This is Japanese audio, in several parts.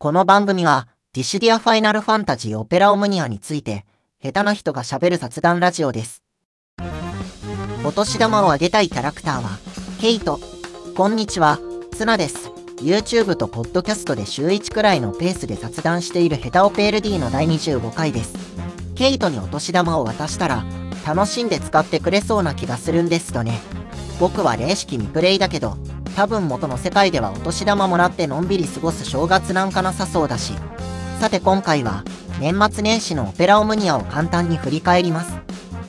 この番組は、ディシディア・ファイナル・ファンタジー・オペラ・オムニアについて、下手な人が喋る雑談ラジオです。お年玉をあげたいキャラクターは、ケイト。こんにちは、ツナです。YouTube とポッドキャストで週1くらいのペースで雑談しているヘタオペール D の第25回です。ケイトにお年玉を渡したら、楽しんで使ってくれそうな気がするんですとね。僕は霊式未プレイだけど、多分元の世界ではお年玉もらってのんびり過ごす正月なんかなさそうだし。さて今回は年末年始のオペラオムニアを簡単に振り返ります。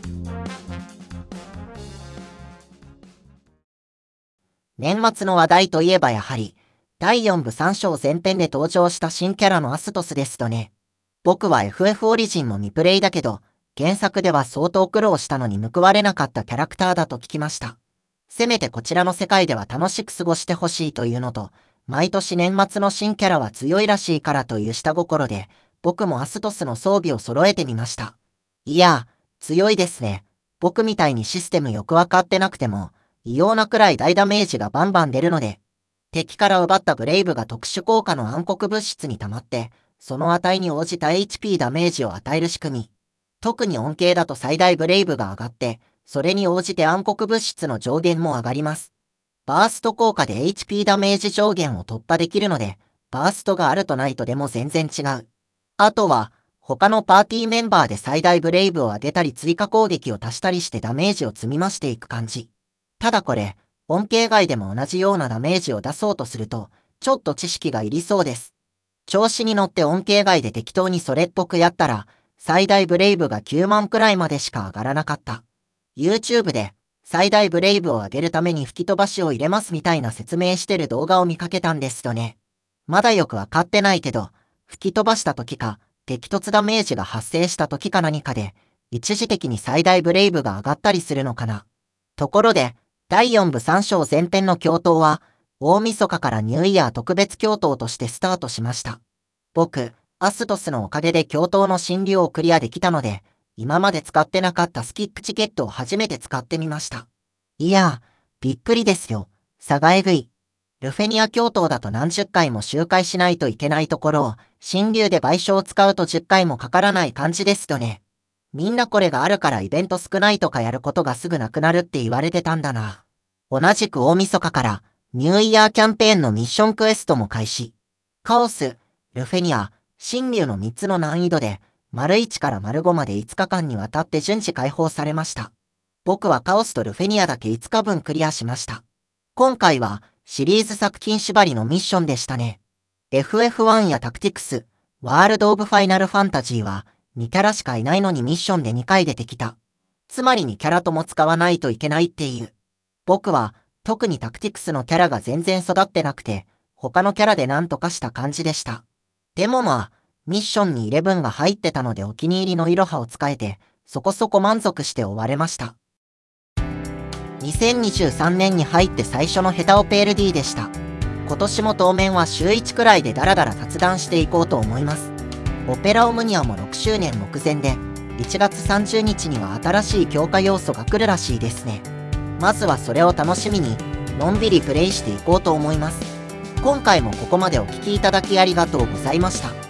年末の話題といえばやはり第4部3章前編で登場した新キャラのアストスですとね。僕は FF オリジンも未プレイだけど原作では相当苦労したのに報われなかったキャラクターだと聞きました。せめてこちらの世界では楽しく過ごしてほしいというのと、毎年年末の新キャラは強いらしいからという下心で、僕もアストスの装備を揃えてみました。いや、強いですね。僕みたいにシステムよくわかってなくても、異様なくらい大ダメージがバンバン出るので、敵から奪ったブレイブが特殊効果の暗黒物質に溜まって、その値に応じた HP ダメージを与える仕組み。特に恩恵だと最大ブレイブが上がって、それに応じて暗黒物質の上限も上がります。バースト効果で HP ダメージ上限を突破できるので、バーストがあるとないとでも全然違う。あとは、他のパーティーメンバーで最大ブレイブを上げたり追加攻撃を足したりしてダメージを積み増していく感じ。ただこれ、恩恵外でも同じようなダメージを出そうとすると、ちょっと知識がいりそうです。調子に乗って恩恵外で適当にそれっぽくやったら、最大ブレイブが9万くらいまでしか上がらなかった。YouTube で最大ブレイブを上げるために吹き飛ばしを入れますみたいな説明してる動画を見かけたんですとね。まだよくわかってないけど、吹き飛ばした時か、激突ダメージが発生した時か何かで、一時的に最大ブレイブが上がったりするのかな。ところで、第4部3章前編の共闘は、大晦日からニューイヤー特別共闘としてスタートしました。僕、アストスのおかげで共闘の診療をクリアできたので、今まで使ってなかったスキップチケットを初めて使ってみました。いやー、びっくりですよ。差がえぐい。ルフェニア共闘だと何十回も周回しないといけないところを、新竜で賠償を使うと10回もかからない感じですとね。みんなこれがあるからイベント少ないとかやることがすぐなくなるって言われてたんだな。同じく大晦日から、ニューイヤーキャンペーンのミッションクエストも開始。カオス、ルフェニア、新竜の3つの難易度で、丸1から丸5まで5日間にわたって順次解放されました。僕はカオスとルフェニアだけ5日分クリアしました。今回はシリーズ作品縛りのミッションでしたね。FF1 やタクティクス、ワールド・オブ・ファイナル・ファンタジーは2キャラしかいないのにミッションで2回出てきた。つまり2キャラとも使わないといけないっていう。僕は特にタクティクスのキャラが全然育ってなくて、他のキャラで何とかした感じでした。でもまあ、ミッションに11が入ってたのでお気に入りのイロハを使えて、そこそこ満足して終われました。2023年に入って最初のヘタオペール D でした。今年も当面は週1くらいでダラダラ雑談していこうと思います。オペラオムニアも6周年目前で、1月30日には新しい強化要素が来るらしいですね。まずはそれを楽しみに、のんびりプレイしていこうと思います。今回もここまでお聞きいただきありがとうございました。